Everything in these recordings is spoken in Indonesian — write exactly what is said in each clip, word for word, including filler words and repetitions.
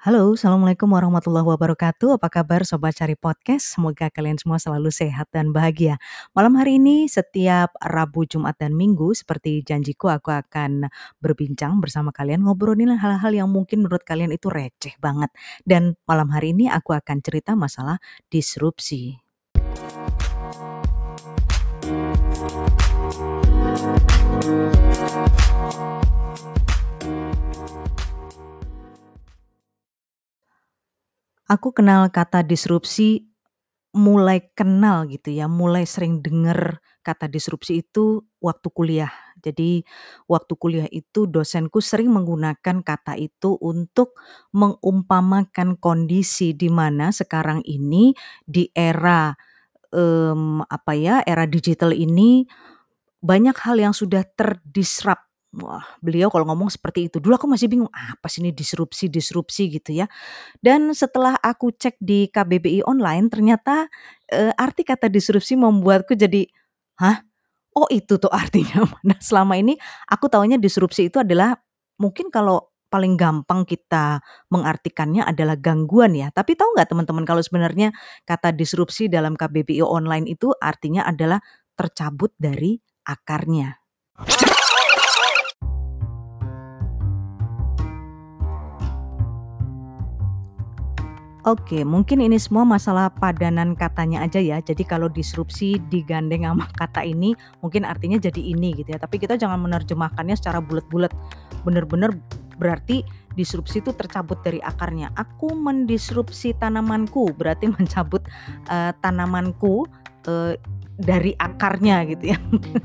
Halo, Assalamualaikum warahmatullahi wabarakatuh. Apa kabar Sobat Cari Podcast? Semoga kalian semua selalu sehat dan bahagia. Malam hari ini setiap Rabu, Jumat, dan Minggu seperti janjiku aku akan berbincang bersama kalian ngobrolin hal-hal yang mungkin menurut kalian itu receh banget. Dan malam hari ini aku akan cerita masalah disrupsi. Aku kenal kata disrupsi, mulai kenal gitu ya, mulai sering denger kata disrupsi itu waktu kuliah. Jadi waktu kuliah itu dosenku sering menggunakan kata itu untuk mengumpamakan kondisi di mana sekarang ini di era, mmm, apa ya, era digital ini banyak hal yang sudah ter-disrupt. Wah, beliau kalau ngomong seperti itu. Dulu aku masih bingung, apa sih ini disrupsi disrupsi gitu ya. Dan setelah aku cek di K B B I online ternyata, eee, arti kata disrupsi membuatku jadi, "Hah? Oh itu tuh artinya." Nah selama ini aku taunya disrupsi itu adalah mungkin kalau paling gampang kita mengartikannya adalah gangguan ya. Tapi tahu nggak teman-teman kalau sebenarnya kata disrupsi dalam K B B I online itu artinya adalah tercabut dari akarnya. Oke, mungkin ini semua masalah padanan katanya aja ya. Jadi kalau disrupsi digandeng sama kata ini, mungkin artinya jadi ini gitu ya. Tapi kita jangan menerjemahkannya secara bulat-bulat. Bener-bener berarti disrupsi itu tercabut dari akarnya. Aku mendisrupsi tanamanku, berarti mencabut eh, tanamanku eh, dari akarnya gitu ya.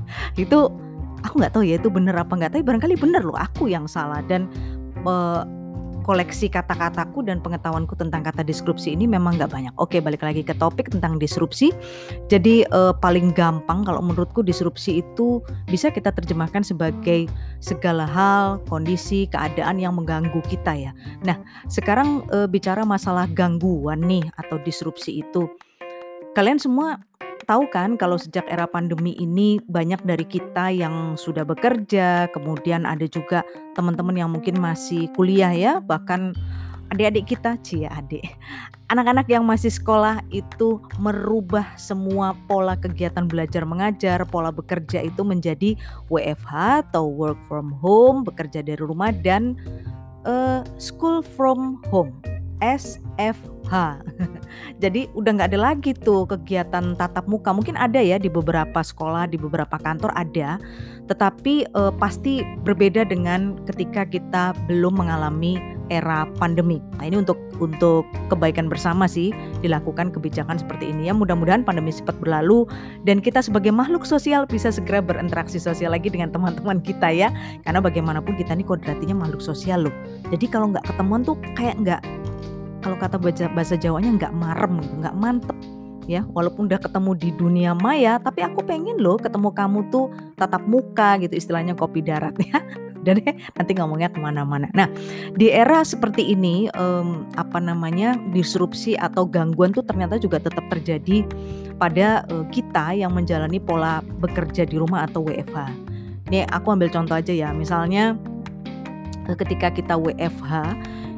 Itu aku nggak tahu ya itu bener apa nggak, tapi barangkali bener loh. Aku yang salah dan eh, koleksi kata-kataku dan pengetahuanku tentang kata disrupsi ini memang nggak banyak. Oke, balik lagi ke topik tentang disrupsi. Jadi eh, paling gampang kalau menurutku disrupsi itu bisa kita terjemahkan sebagai segala hal, kondisi, keadaan yang mengganggu kita ya. Nah, sekarang eh, bicara masalah gangguan nih atau disrupsi itu. Kalian semua tahu kan kalau sejak era pandemi ini banyak dari kita yang sudah bekerja, kemudian ada juga teman-teman yang mungkin masih kuliah ya, bahkan adik-adik kita, cie adik, anak-anak yang masih sekolah itu merubah semua pola kegiatan belajar mengajar, pola bekerja itu menjadi W F H atau work from home, bekerja dari rumah dan Eee, school from home, S F H. Jadi udah nggak ada lagi tuh kegiatan tatap muka, mungkin ada ya di beberapa sekolah, di beberapa kantor ada, tetapi, eee, pasti berbeda dengan ketika kita belum mengalami era pandemi. Nah ini untuk untuk kebaikan bersama sih dilakukan kebijakan seperti ini ya, mudah-mudahan pandemi cepat berlalu dan kita sebagai makhluk sosial bisa segera berinteraksi sosial lagi dengan teman-teman kita ya, karena bagaimanapun kita nih kodratinya makhluk sosial loh. Jadi kalau nggak ketemuan tuh kayak nggak, kalau kata baca bahasa Jawanya nggak marem gitu, nggak mantep ya. Walaupun udah ketemu di dunia maya, tapi aku pengen loh ketemu kamu tuh tatap muka gitu, istilahnya kopi darat ya. Dan deh nanti ngomongnya kemana-mana. Nah di era seperti ini em, apa namanya disrupsi atau gangguan tuh ternyata juga tetap terjadi pada eh, kita yang menjalani pola bekerja di rumah atau W F H. Nih aku ambil contoh aja ya, misalnya eh, ketika kita W F H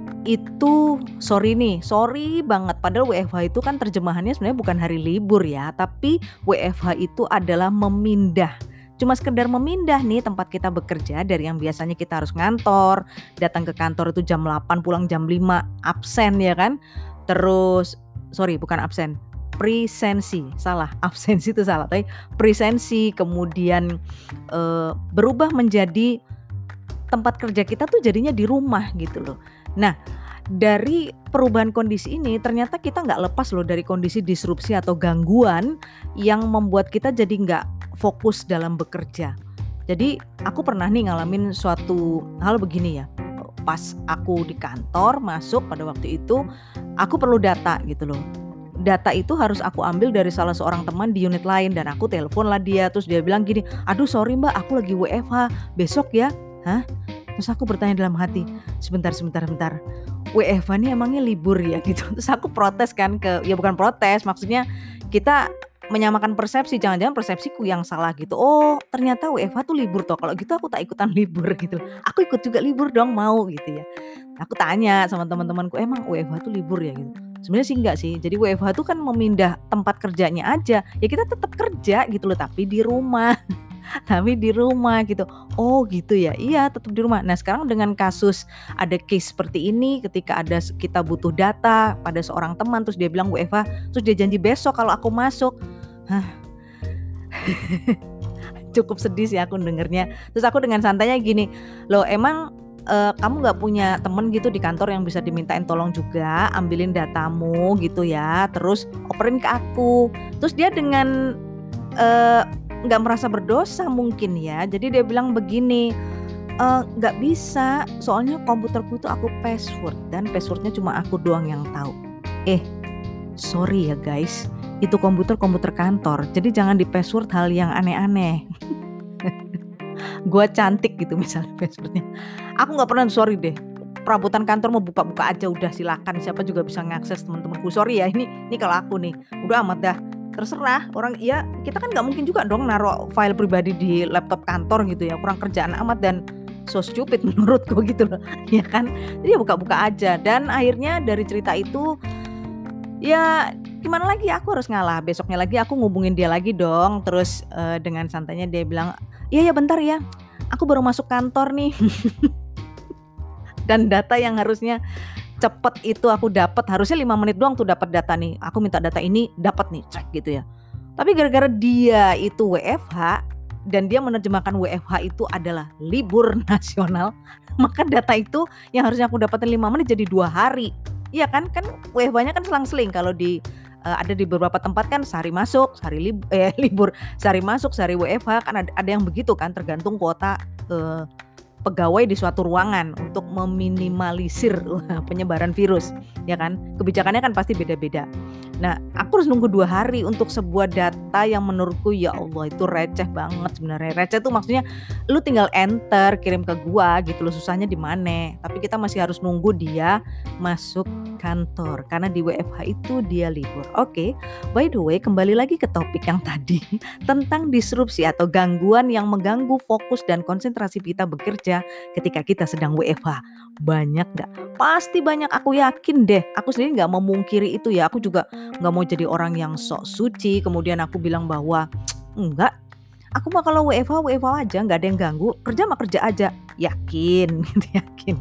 itu sorry nih, sorry banget padahal W F H itu kan terjemahannya sebenarnya bukan hari libur ya, tapi W F H itu adalah memindah. Cuma sekedar memindah nih tempat kita bekerja dari yang biasanya kita harus ngantor, datang ke kantor itu jam delapan, pulang jam lima, absen ya kan. Terus sorry bukan absen, presensi, salah, absensi itu salah, tapi presensi kemudian eh, berubah menjadi tempat kerja kita tuh jadinya di rumah gitu loh. Nah, dari perubahan kondisi ini ternyata kita nggak lepas loh dari kondisi disrupsi atau gangguan yang membuat kita jadi nggak fokus dalam bekerja. Jadi aku pernah nih ngalamin suatu hal begini ya. Pas aku di kantor masuk pada waktu itu aku perlu data gitu loh. Data itu harus aku ambil dari salah seorang teman di unit lain dan aku telepon lah dia, terus dia bilang gini, aduh sorry mbak aku lagi W F H besok ya. Hah? Terus aku bertanya dalam hati, sebentar sebentar sebentar, W F H ini emangnya libur ya gitu. Terus aku protes kan ke, ya bukan protes, maksudnya kita menyamakan persepsi, jangan-jangan persepsiku yang salah gitu. Oh, ternyata W F H tuh libur toh. Kalau gitu aku tak ikutan libur gitu. Aku ikut juga libur dong, mau gitu ya. Aku tanya sama teman-temanku, emang W F H tuh libur ya gitu. Sebenarnya sih enggak sih. Jadi W F H tuh kan memindah tempat kerjanya aja. Ya kita tetap kerja gitu loh, tapi di rumah. Tapi di rumah gitu. Oh gitu ya. Iya, tetap di rumah. Nah, sekarang dengan kasus ada case seperti ini, ketika ada kita butuh data pada seorang teman terus dia bilang W F H, terus dia janji besok kalau aku masuk. Hah. Cukup sedih sih aku dengernya. Terus aku dengan santainya gini, "Loh emang uh, kamu nggak punya temen gitu di kantor yang bisa dimintain tolong juga ambilin datamu gitu ya, terus operin ke aku." Terus dia dengan uh, nggak merasa berdosa mungkin ya, jadi dia bilang begini, "E, nggak bisa, soalnya komputerku itu aku password dan passwordnya cuma aku doang yang tahu." Eh, sorry ya guys, itu komputer komputer kantor, jadi jangan di password hal yang aneh-aneh. Gua cantik gitu misalnya passwordnya. Aku nggak pernah, sorry deh. Perabotan kantor mau buka-buka aja udah silakan, siapa juga bisa ngakses teman-temanku. Sorry ya, ini ini kalau aku nih, udah amat dah. Terserah orang, ya kita kan nggak mungkin juga dong naruh file pribadi di laptop kantor gitu ya, kurang kerjaan amat dan so stupid menurutku gitu loh, ya kan. Jadi ya buka-buka aja dan akhirnya dari cerita itu ya gimana lagi, aku harus ngalah. Besoknya lagi aku ngubungin dia lagi dong, terus uh, dengan santainya dia bilang, "Iya ya bentar ya, aku baru masuk kantor nih." Dan data yang harusnya cepet itu aku dapat, harusnya lima menit doang tuh dapat data nih. Aku minta data ini, dapat nih, cek gitu ya. Tapi gara-gara dia itu W F H dan dia menerjemahkan W F H itu adalah libur nasional, maka data itu yang harusnya aku dapatin lima menit jadi dua hari. Iya kan? Kan W F H-nya kan selang-seling, kalau di uh, ada di beberapa tempat kan sehari masuk, sehari lib- eh, libur, sehari masuk, sehari W F H, kan ada, ada yang begitu kan, tergantung kuota uh, pegawai di suatu ruangan untuk meminimalisir penyebaran virus, ya kan? Kebijakannya kan pasti beda-beda. Nah, aku harus nunggu dua hari untuk sebuah data yang menurutku ya Allah itu receh banget sebenarnya. Receh tuh maksudnya lu tinggal enter, kirim ke gua gitu loh, susahnya di mana. Tapi kita masih harus nunggu dia masuk kantor karena di W F H itu dia libur. Oke, by the way kembali lagi ke topik yang tadi tentang disrupsi atau gangguan yang mengganggu fokus dan konsentrasi kita bekerja ketika kita sedang W F H. Banyak gak? Pasti banyak, aku yakin deh. Aku sendiri gak memungkiri itu ya. Aku juga gak mau jadi orang yang sok suci kemudian aku bilang bahwa enggak, aku mah kalau W F H W F H aja, gak ada yang ganggu, kerja mah kerja aja. Yakin gitu, yakin.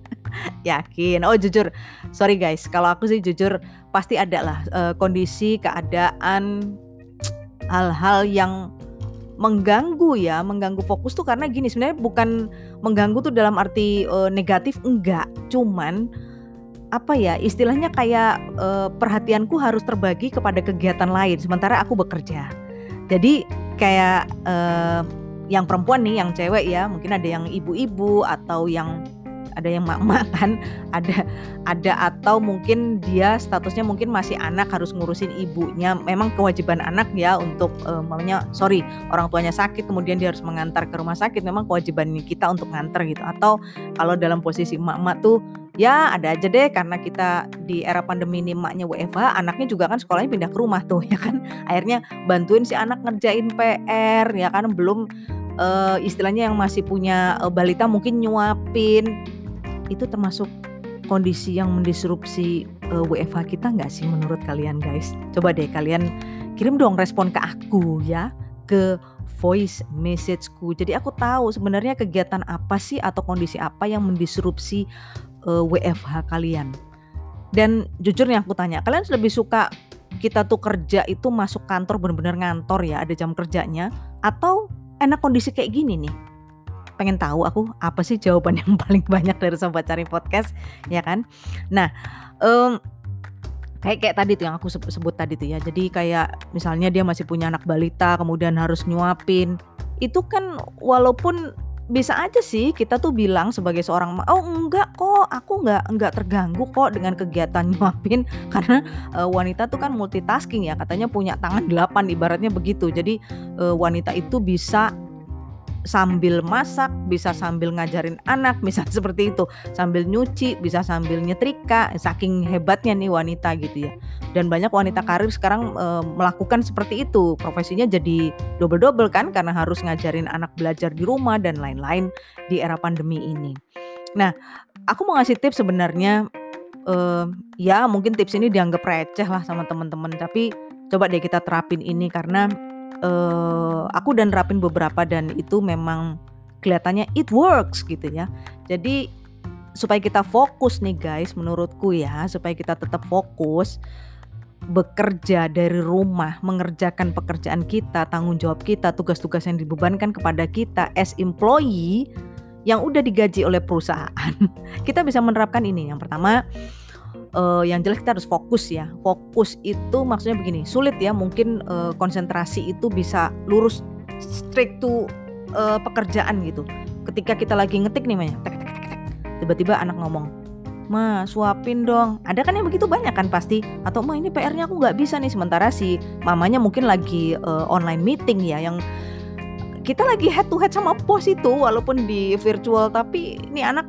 Yakin. Oh jujur, sorry guys, kalau aku sih jujur pasti ada lah uh, kondisi, keadaan, hal-hal yang mengganggu ya, mengganggu fokus tuh karena gini, sebenarnya bukan mengganggu tuh dalam arti uh, negatif, enggak. Cuman apa ya, istilahnya kayak uh, perhatianku harus terbagi kepada kegiatan lain sementara aku bekerja. Jadi kayak uh, yang perempuan nih, yang cewek ya, mungkin ada yang ibu-ibu atau yang ada yang mak-mak kan, ada ada atau mungkin dia statusnya mungkin masih anak harus ngurusin ibunya. Memang kewajiban anak ya untuk uh, mamanya, sorry, orang tuanya sakit kemudian dia harus mengantar ke rumah sakit, memang kewajiban kita untuk nganter gitu. Atau kalau dalam posisi emak-emak tuh ya ada aja deh, karena kita di era pandemi ini emaknya W F H, anaknya juga kan sekolahnya pindah ke rumah tuh ya kan. Akhirnya bantuin si anak ngerjain P R ya kan, belum uh, istilahnya yang masih punya uh, balita mungkin nyuapin. Itu termasuk kondisi yang mendisrupsi uh, W F H kita nggak sih menurut kalian guys? Coba deh kalian kirim dong respon ke aku ya, ke voice messageku. Jadi aku tahu sebenarnya kegiatan apa sih atau kondisi apa yang mendisrupsi uh, W F H kalian. Dan jujur nih aku tanya, kalian lebih suka kita tuh kerja itu masuk kantor benar-benar ngantor ya, ada jam kerjanya, atau enak kondisi kayak gini nih? Pengen tahu aku apa sih jawaban yang paling banyak dari Sobat Cari Podcast, ya kan? Nah, um, kayak kayak tadi tuh yang aku sebut, sebut tadi tuh ya. Jadi kayak misalnya dia masih punya anak balita, kemudian harus nyuapin. Itu kan walaupun bisa aja sih kita tuh bilang sebagai seorang, oh enggak kok, aku enggak enggak terganggu kok dengan kegiatan nyuapin, karena uh, wanita tuh kan multitasking ya, katanya punya tangan delapan ibaratnya begitu. Jadi uh, wanita itu bisa sambil masak, bisa sambil ngajarin anak, misalnya seperti itu, sambil nyuci, bisa sambil nyetrika, saking hebatnya nih wanita gitu ya. Dan banyak wanita karir sekarang e, melakukan seperti itu, profesinya jadi double-double kan, karena harus ngajarin anak belajar di rumah dan lain-lain di era pandemi ini. Nah, aku mau ngasih tips sebenarnya, e, ya mungkin tips ini dianggap receh lah sama teman-teman, tapi coba deh kita terapin ini karena Uh, aku dan nerapin beberapa dan itu memang kelihatannya it works gitu ya. Jadi supaya kita fokus nih guys, menurutku ya, supaya kita tetap fokus bekerja dari rumah, mengerjakan pekerjaan kita, tanggung jawab kita, tugas-tugas yang dibebankan kepada kita as employee yang udah digaji oleh perusahaan. Kita bisa menerapkan ini. Yang pertama, Uh, yang jelas kita harus fokus ya. Fokus itu maksudnya begini, sulit ya mungkin uh, konsentrasi itu bisa lurus straight to uh, pekerjaan gitu. Ketika kita lagi ngetik nih Maya, tek, tek, tek, tek, tiba-tiba anak ngomong, "Ma, suapin dong." Ada kan yang begitu banyak kan pasti. Atau "Ma, ini P R-nya aku gak bisa nih." Sementara si mamanya mungkin lagi uh, online meeting ya, yang kita lagi head to head sama bos itu walaupun di virtual, tapi ini anak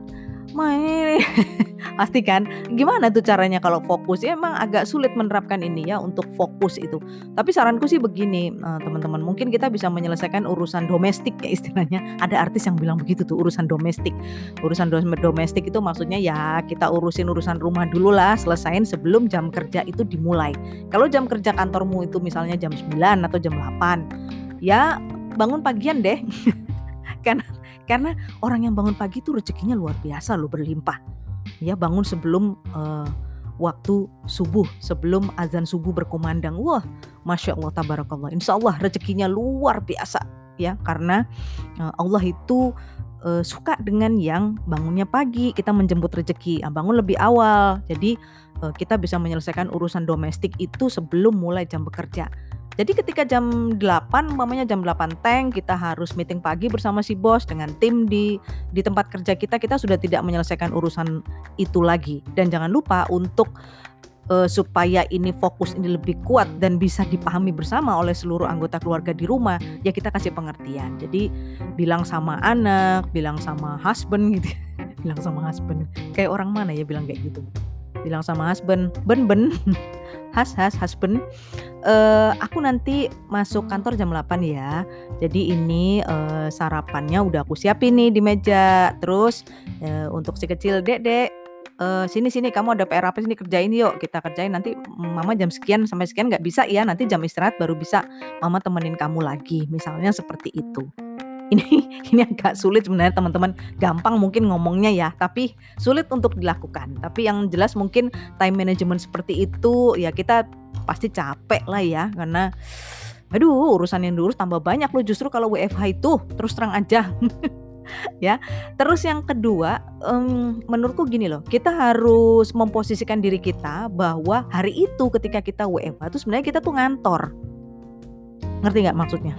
main pasti kan. Gimana tuh caranya kalau fokus? Ya emang agak sulit menerapkan ini ya untuk fokus itu. Tapi saranku sih begini, uh, teman-teman, mungkin kita bisa menyelesaikan urusan domestik ya istilahnya. Ada artis yang bilang begitu tuh, urusan domestik. Urusan domestik itu maksudnya ya kita urusin urusan rumah dulu lah, selesain sebelum jam kerja itu dimulai. Kalau jam kerja kantormu itu misalnya jam sembilan atau jam delapan, ya bangun pagian deh. Kan karena orang yang bangun pagi itu rezekinya luar biasa loh, berlimpah. Ya bangun sebelum uh, waktu subuh, sebelum azan subuh berkumandang. Wah, masya Allah, tabarakallah. Insya Allah rezekinya luar biasa ya, karena uh, Allah itu uh, suka dengan yang bangunnya pagi. Kita menjemput rezeki, uh, bangun lebih awal. Jadi uh, kita bisa menyelesaikan urusan domestik itu sebelum mulai jam bekerja. Jadi ketika jam delapan, umpamanya jam delapan teng, kita harus meeting pagi bersama si bos dengan tim di di tempat kerja kita, kita sudah tidak menyelesaikan urusan itu lagi. Dan jangan lupa untuk uh, supaya ini fokus ini lebih kuat dan bisa dipahami bersama oleh seluruh anggota keluarga di rumah, ya kita kasih pengertian. Jadi bilang sama anak, bilang sama husband gitu. Bilang sama husband. Kayak orang mana ya bilang kayak gitu. Bilang sama husband, ben ben has has husband, uh, aku nanti masuk kantor jam delapan ya. Jadi ini uh, sarapannya udah aku siapin nih di meja. Terus uh, untuk si kecil, dek dek uh, sini sini kamu ada P R apa sini, kerjain yuk, kita kerjain. Nanti mama jam sekian sampai sekian nggak bisa ya, nanti jam istirahat baru bisa mama temenin kamu lagi. Misalnya seperti itu. Ini ini agak sulit sebenarnya teman-teman, gampang mungkin ngomongnya ya, tapi sulit untuk dilakukan. Tapi yang jelas mungkin time management seperti itu ya kita pasti capek lah ya, karena aduh urusan yang diurus tambah banyak loh justru kalau W F H itu, terus terang aja. Ya. Terus yang kedua, um, menurutku gini loh, kita harus memposisikan diri kita bahwa hari itu ketika kita W F H itu sebenarnya kita tuh ngantor. Ngerti nggak maksudnya?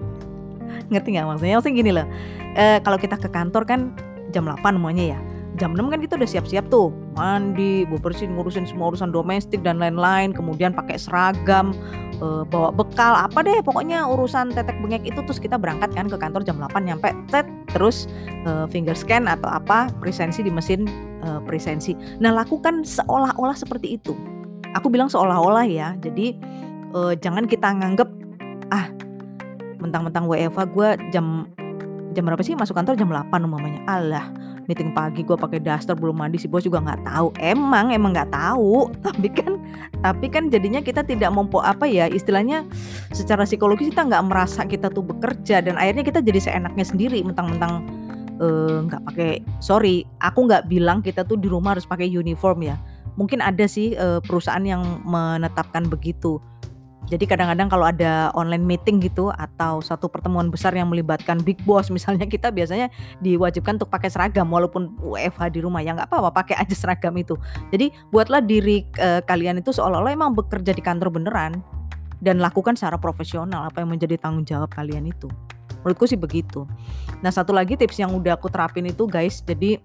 Ngerti gak maksudnya? Maksudnya gini loh, e, kalau kita ke kantor kan jam delapan semuanya ya, jam enam kan kita udah siap-siap tuh, mandi, bersih, ngurusin semua urusan domestik dan lain-lain, kemudian pakai seragam, e, bawa bekal, apa deh pokoknya urusan tetek bengek itu, terus kita berangkat kan ke kantor jam delapan, nyampe tet, terus e, finger scan atau apa, presensi di mesin e, presensi. Nah lakukan seolah-olah seperti itu. Aku bilang seolah-olah ya, jadi e, jangan kita nganggep ah mentang-mentang W F H gue jam jam berapa sih masuk kantor jam delapan umpamanya. Alah, meeting pagi gue pakai daster belum mandi, si bos juga nggak tahu. Emang emang nggak tahu, tapi kan tapi kan jadinya kita tidak mempo apa ya istilahnya secara psikologis kita nggak merasa kita tuh bekerja dan akhirnya kita jadi seenaknya sendiri mentang-mentang nggak uh, pakai. Sorry, aku nggak bilang kita tuh di rumah harus pakai uniform ya. Mungkin ada sih uh, perusahaan yang menetapkan begitu. Jadi kadang-kadang kalau ada online meeting gitu atau satu pertemuan besar yang melibatkan big boss misalnya, kita biasanya diwajibkan untuk pakai seragam walaupun W F H di rumah, ya nggak apa-apa pakai aja seragam itu. Jadi buatlah diri e, kalian itu seolah-olah emang bekerja di kantor beneran dan lakukan secara profesional apa yang menjadi tanggung jawab kalian itu. Menurutku sih begitu. Nah satu lagi tips yang udah aku terapin itu guys, jadi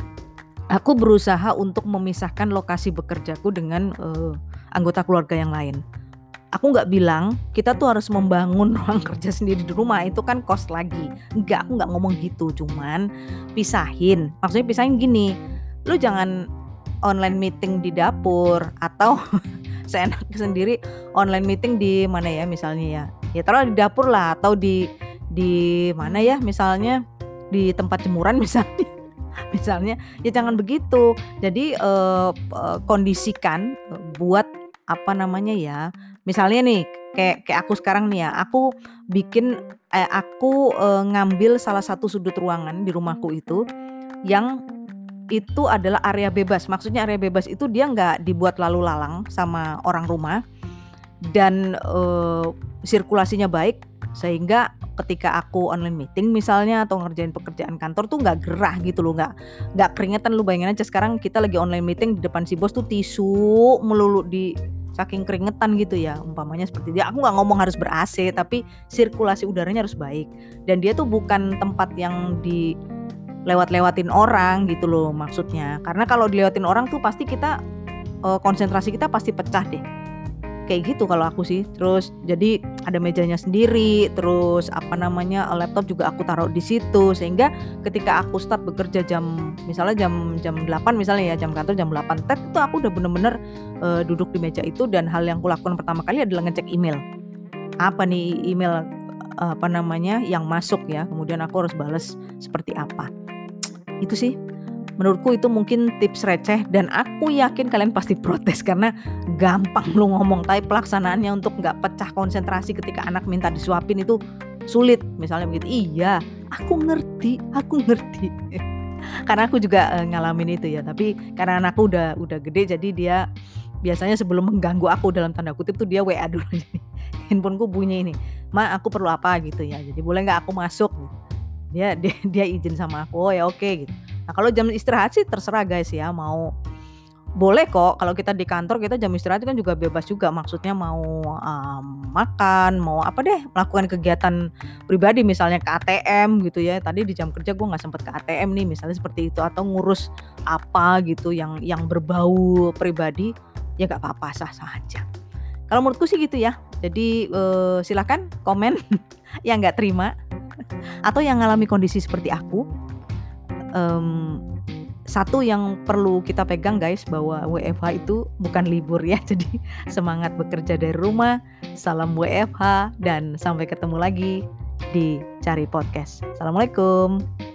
aku berusaha untuk memisahkan lokasi bekerjaku dengan e, anggota keluarga yang lain. Aku nggak bilang kita tuh harus membangun ruang kerja sendiri di rumah, itu kan cost lagi. Enggak, aku nggak ngomong gitu, cuman pisahin. Maksudnya pisahin gini, lu jangan online meeting di dapur atau seenaknya sendiri online meeting di mana ya misalnya ya. Ya taruh di dapur lah atau di di mana ya misalnya di tempat jemuran misalnya. Misalnya ya jangan begitu. Jadi eh, eh, kondisikan eh, buat apa namanya ya. Misalnya nih kayak kayak aku sekarang nih ya, aku bikin eh, aku eh, ngambil salah satu sudut ruangan di rumahku itu yang itu adalah area bebas. Maksudnya area bebas itu dia nggak dibuat lalu lalang sama orang rumah dan eh, sirkulasinya baik sehingga ketika aku online meeting misalnya atau ngerjain pekerjaan kantor tuh nggak gerah gitu loh, nggak nggak keringetan. Lu bayangin aja sekarang kita lagi online meeting di depan si bos tuh tisu melulu di saking keringetan gitu ya umpamanya seperti dia. Aku nggak ngomong harus ber-A C tapi sirkulasi udaranya harus baik dan dia tuh bukan tempat yang di lewat-lewatin orang gitu loh maksudnya, karena kalau dilewatin orang tuh pasti kita eh, konsentrasi kita pasti pecah deh. Kayak gitu kalau aku sih. Terus jadi ada mejanya sendiri, terus apa namanya laptop juga aku taruh di situ sehingga ketika aku start bekerja jam misalnya jam jam delapan misalnya ya, jam kantor jam delapan, tet itu aku udah bener-bener uh, duduk di meja itu dan hal yang kulakukan pertama kali adalah ngecek email. Apa nih email uh, apa namanya yang masuk ya, kemudian aku harus bales seperti apa. Itu sih menurutku itu mungkin tips receh dan aku yakin kalian pasti protes karena gampang lu ngomong tapi pelaksanaannya untuk nggak pecah konsentrasi ketika anak minta disuapin itu sulit misalnya begitu. Iya, aku ngerti, aku ngerti. Karena aku juga uh, ngalamin itu ya, tapi karena anakku udah udah gede jadi dia biasanya sebelum mengganggu aku dalam tanda kutip tuh dia W A dulu. Handphoneku bunyi ini, "Ma, aku perlu apa?" gitu ya. Jadi boleh nggak aku masuk? Dia dia dia izin sama aku. Oh ya oke gitu. Nah kalau jam istirahat sih terserah guys ya, mau boleh kok kalau kita di kantor kita jam istirahat kan juga bebas juga, maksudnya mau um, makan mau apa deh melakukan kegiatan pribadi misalnya ke A T M gitu ya. Tadi di jam kerja gue nggak sempet ke A T M nih misalnya seperti itu, atau ngurus apa gitu yang yang berbau pribadi ya nggak apa-apa, sah-sah aja. Kalau menurutku sih gitu ya. Jadi eh, silakan komen yang nggak terima atau yang ngalami kondisi seperti aku. Um, satu yang perlu kita pegang guys, bahwa W F H itu bukan libur ya. Jadi semangat bekerja dari rumah. Salam W F H dan sampai ketemu lagi di Cari Podcast. Assalamualaikum.